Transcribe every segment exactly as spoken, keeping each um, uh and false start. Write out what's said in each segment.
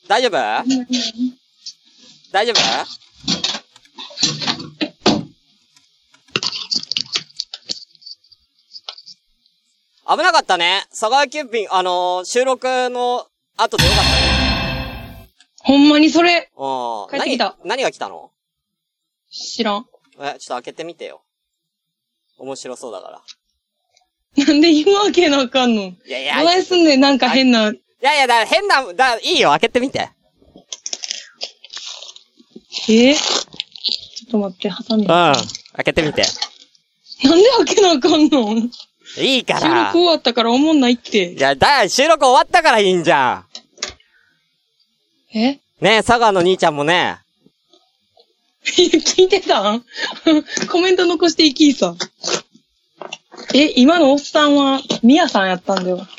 大丈夫？大丈夫？危なかったね。佐川急便、あのー、収録の後でよかったね。 ほんまにそれ。 うん。 帰ってきた。 何、何が来たの？ 知らん。 え、ちょっと開けてみてよ。面白そうだから。 なんで今開けなあかんの？いやいや。 どないすんねん、なんか変な。 いやいや、だ、変な、だ、いいよ、開けてみて。 えー、ちょっと待って、ハサミ。うん。 開けてみて。 なんで開けなあかんの？ いいから。 収録終わったから思んないって。 いや、だ、収録終わったからいいんじゃん。え？ ねえ、佐川の兄ちゃんもね。 聞いてたん？コメント残していきさ。え、今のおっさんは、ミヤさんやったんだよ。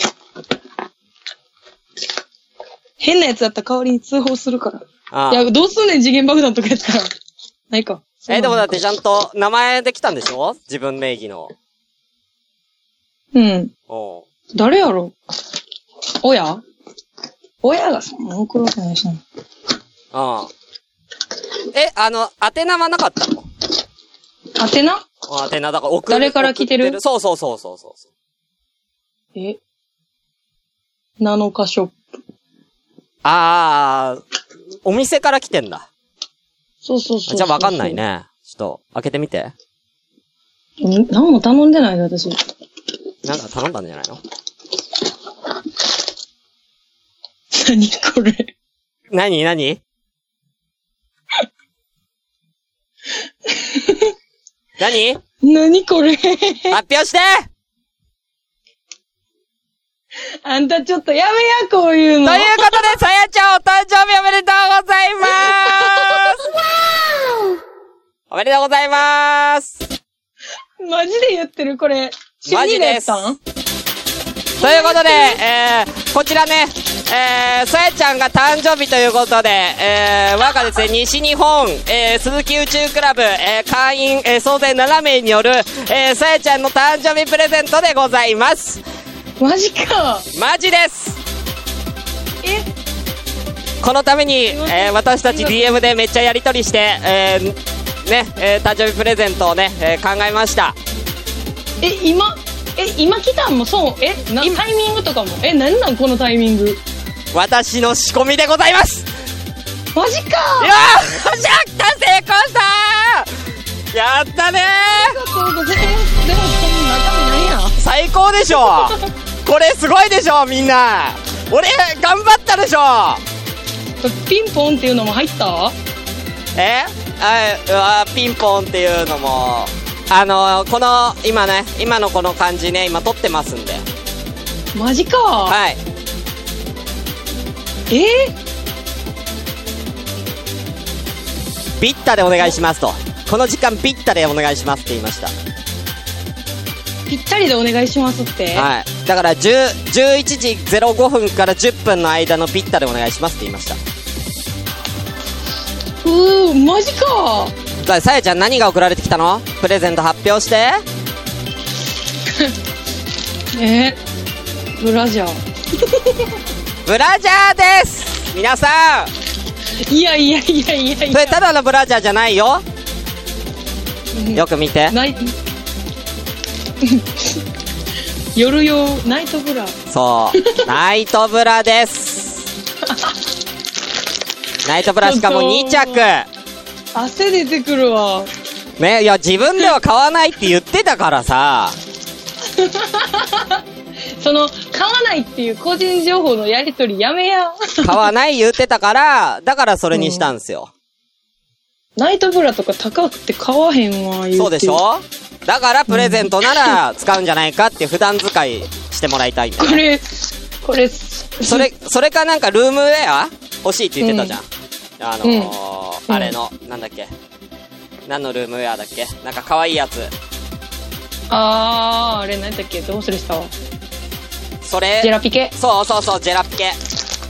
変なやつだったら代わりに通報するから。ああ。いや、どうすんねん、次元爆弾とかやったら。ないか。 え、でもだってちゃんと名前できたんでしょ？自分名義の。 うん。おう。誰やろ？親？親がそんな送るわけないしな。 ああ。え、あの、宛名はなかったの？ 宛名？ 宛名だから送る。 誰から来てる？ そうそうそうそうそう。 え？なのかショップ。 ああ、お店から来てんだ。 そうそうそうそう。 じゃあわかんないね。ちょっと、開けてみて。 ん？何も頼んでないよ、私。 なんか頼んだんじゃないの？ 何これ？ 何何何何これ？ 発表して！ あんたちょっとやめや、こういうの。 ということで、さやちゃんお誕生日おめでとうございまーすおめでとうございまーすマジで言ってるこれ。 マジです。ということで、えー、こちらね、えー、さやちゃんが誕生日ということで、えー、我がですね、西日本、えー、鈴木宇宙クラブ、えー、会員、えー、総勢ななめいによる、えー、さやちゃんの誕生日プレゼントでございます。 マジか。 マジです。 えこのために、えー、私たち ディーエム でめっちゃやり取りして、えー、ね、えー、誕生日プレゼントをね、えー、考えました。 え、今、え、今来たんもそう、え、な、タイミングとかも、え、なんなんこのタイミング。 私の仕込みでございます。 マジか。 いやー、やった成功したーやったねー。 ありがとうございます。でも、この中身何や。 最高でしょこれすごいでしょみんな。俺、頑張ったでしょ。 ピンポンっていうのも入った？ えああ、ピンポンっていうのも、あの、この、今ね、今のこの感じね、今撮ってますんで。 マジか。 はい。 えー、ビッタでお願いしますと。この時間ビッタでお願いしますって言いました。 ぴったりでお願いしますって。 はい。だからじゅう、じゅういちじゼロごふんからじゅっぷんの間のピッタでお願いしますって言いました。 うー、マジか。 だからさやちゃん何が送られてきたの？プレゼント発表して。 えー、ブラジャー。 ブラジャーです。皆さん。いやいやいやいやいや。 それただのブラジャーじゃないよ。よく見て。 ない。夜用ナイトブラ。 そうナイトブラですナイトブラしかもにちゃく。 汗出てくるわね。いや自分では買わないって言ってたからさその買わないっていう個人情報のやり取りやめや買わない言ってたからだからそれにしたんですよ、 うん、ナイトブラとか高くて買わへんわ言うて。 そうでしょ。だからプレゼントなら使うんじゃないかって普段使いしてもらいたいんだよ。 これこれそれそれかなんかルームウェア欲しいって言ってたじゃん、うん、あのーうん、あれのなんだっけ何のルームウェアだっけなんか可愛いやつ。 あーあれ何だっけどうするしたわ。 それジェラピケ。 そうそうそうジェラピケ。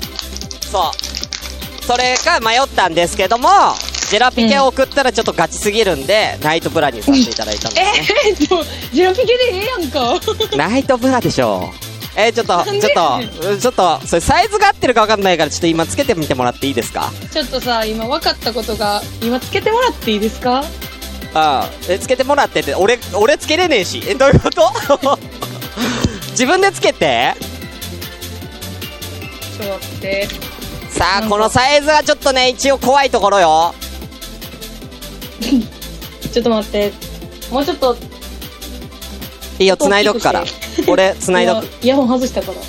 そうそれか迷ったんですけどもジェラピケを送ったらちょっとガチすぎるんで、うん、ナイトブラにさせていただいたんですね。 えー、でもジェラピケでええやんかナイトブラでしょ。 えー、ちょっと、ちょっと、ちょっと、それサイズが合ってるか分かんないから、ちょっと今つけてみてもらっていいですか？ ちょっとさ、今分かったことが、今つけてもらっていいですか？ ああ、え、つけてもらってって、俺、俺つけれねえし。え、どういうこと自分でつけて。 ちょっと待って。 さあ、このサイズがちょっとね、一応怖いところよ。 ちょっと待って。もうちょっと。 いいよ、繋いどくから。俺、繋いどく。 イヤホン外したから。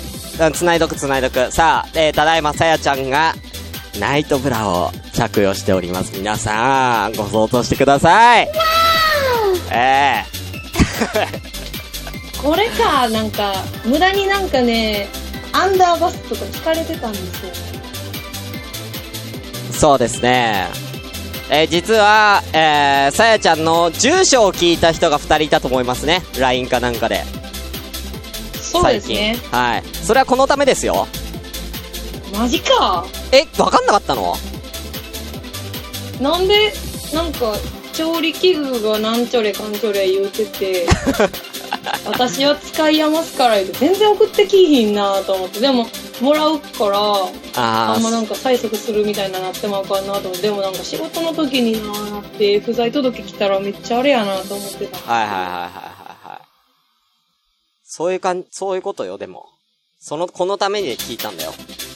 うん、繋いどく、繋いどく。さあ、えー、ただいまさやちゃんが、ナイトブラを着用しております。皆さん、ご想像してください。ええー。これか、なんか、無駄になんかね、アンダーバスとか聞かれてたんですよ。 そうですね。えー、実は、えー、さやちゃんの住所を聞いた人がふたりいたと思いますね。ライン かなんかで。 そうですね。 はい。それはこのためですよ。 マジか。 え、わかんなかったの？ なんで、なんか、調理器具がなんちょれかんちょれ言うてて、私は使い余すから言うて、全然送ってきひんなと思って、でも、もらうから、あ, あんまなんか催促するみたいななってもあかんなと思って、でもなんか仕事の時になって、不在届来たらめっちゃあれやなと思ってた。 はいはいはいはいはいはい。そういうかん、そういうことよ、でも。その、このために聞いたんだよ。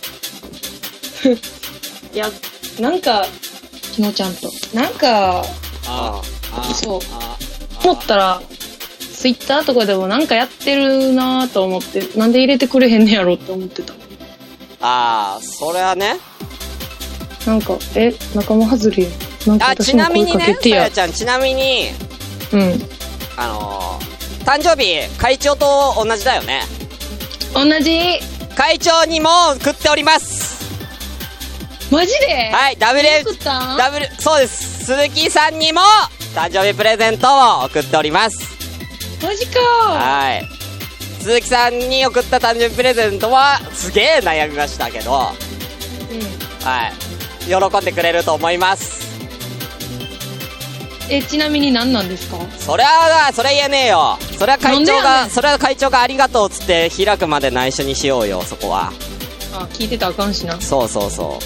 いや、なんか、きのちゃんと。なんか、 ああ、 そう。思ったら、ツイッターとかでもなんかやってるなぁと思って、なんで入れてくれへんねやろって思ってた。 ああ、それはね。 なんか、え、仲間外れや。なんかあ、ちなみにね、さやちゃん、ちなみに、 うん。 あのー、誕生日、会長と同じだよね。 同じ。 会長にも送っております。 マジで？ はい、ダブル、ダブル、そうです。鈴木さんにも、誕生日プレゼントを送っております。 マジか。 はい。鈴木さんに送った誕生日プレゼントは、すげえ悩みましたけど、うん。はい。喜んでくれると思います。 え、ちなみに何なんですか？ そりゃあ、それ言えねえよ。それは会長が、それは会長がありがとうっつって開くまで内緒にしようよ、そこは。 あ、聞いてたらあかんしな。 そうそうそう。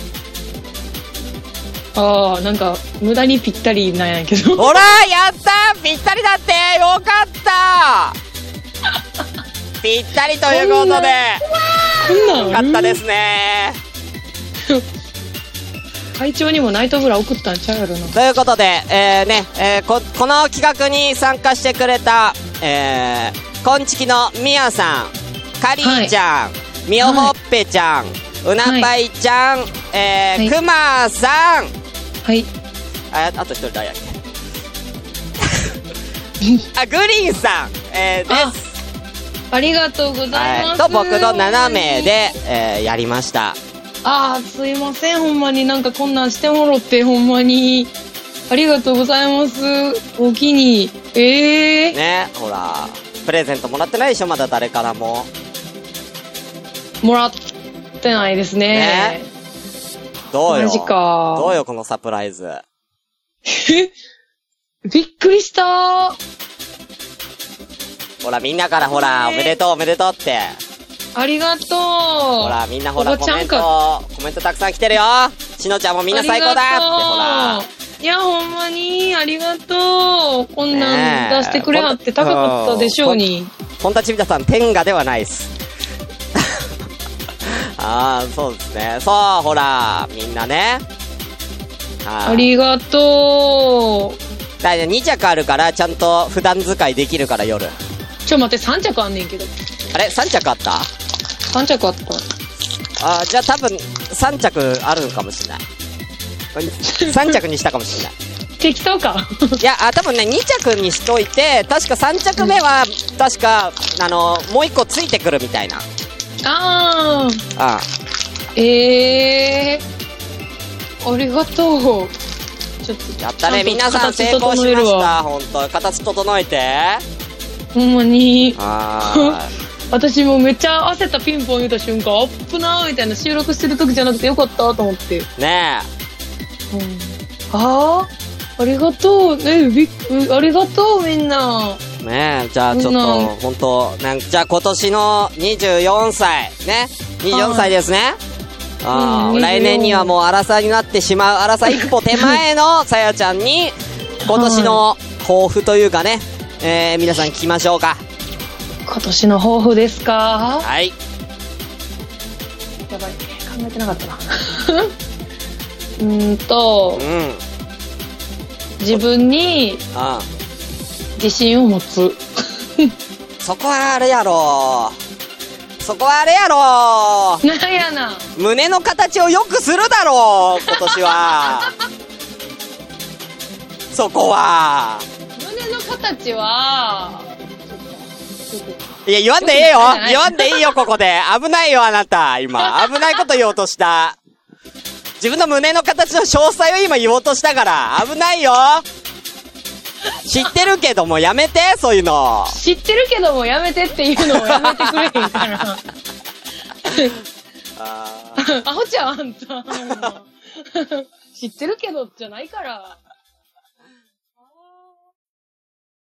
ああ、なんか、無駄にぴったりなんやけど。 ほらやったぴったりだってよかったぴったりということで、 こんなんよかったですね。 会長にもナイトブラ送ったんちゃうやろな。 ということで、えーね、えー、こ、この企画に参加してくれた、えー、こんちきのみやさん、かりーちゃん、はい、みおほっぺちゃん、はい、うなぱいちゃん、はい、えー、はい、くまさん、 はい。 あ、あと一人誰やっけあ、グリーンさん、えー、です。 ありがとうございます。 はい、と僕のななめいで、えー、やりました。 あー、すいません、ほんまになんかこんなんしてもろって、ほんまに。ありがとうございます。お気に。えー。 ね、ほら、プレゼントもらってないでしょ、まだ誰からも。 もらってないですね。ね、 どうよ。 マジか。 どうよ、このサプライズ。 えびっくりしたー。 ほら、みんなからほら、おめでとうおめでとうって。 ありがとう。 ほら、みんなほら、コメント、コメントたくさん来てるよ。しのちゃんもみんな最高だって、ほら。 いや、ほんまに、ありがとう。こんなん出してくれはって高かったでしょうに。 本田ちびたさん、天下ではないっす。ああ、そうですね。そう、ほら、みんなね。 ありがとう。 だいたいに着あるから、ちゃんと普段使いできるから、夜。 ちょ、待って、さん着あんねんけど。 あれ ?さん 着あった ? さん 着あった。 あ、じゃあ多分、さん着あるのかもしれない。さん着にしたかもしれない。 適当かいや、あ、多分ね、に着にしといて、確かさん着目は、うん、確か、あの、もういっこついてくるみたいな。 あー。 ああ。 えー。ありがとう。ちょっと。 やったね、皆さん成功しました。ほんと。形整えて。 ほんまに。 あ私もめっちゃ焦ったピンポン言った瞬間、アップなーみたいな収録してる時じゃなくてよかったと思って。 ねえ。うん、ああ、ありがとう。ね、びっありがとうみんな。 ねえ、じゃあちょっと、ほんと、なんじゃあ今年のにじゅうよんさい、ね。にじゅうよんさいですね。あ、うん、来年にはもう荒さになってしまう、荒さ一歩手前のさやちゃんに、今年の抱負というかね、えー、皆さん聞きましょうか。 今年の抱負ですか？ はい。 やばい、考えてなかったな。うーんと、うん、自分に自信を持つ。 そこはあれやろ。そこはあれやろ。 なんやな。 胸の形を良くするだろう、今年は。そこは。 胸の形は。 いや、言わんでええよ。言わんでいいよ、ここで。危ないよ、あなた。今。危ないこと言おうとした。自分の胸の形の詳細を今言おうとしたから。危ないよ。知ってるけどもやめて、そういうの。 知ってるけどもやめてっていうのをやめてくれへんから。あアホちゃん、あんた。知ってるけどじゃないから。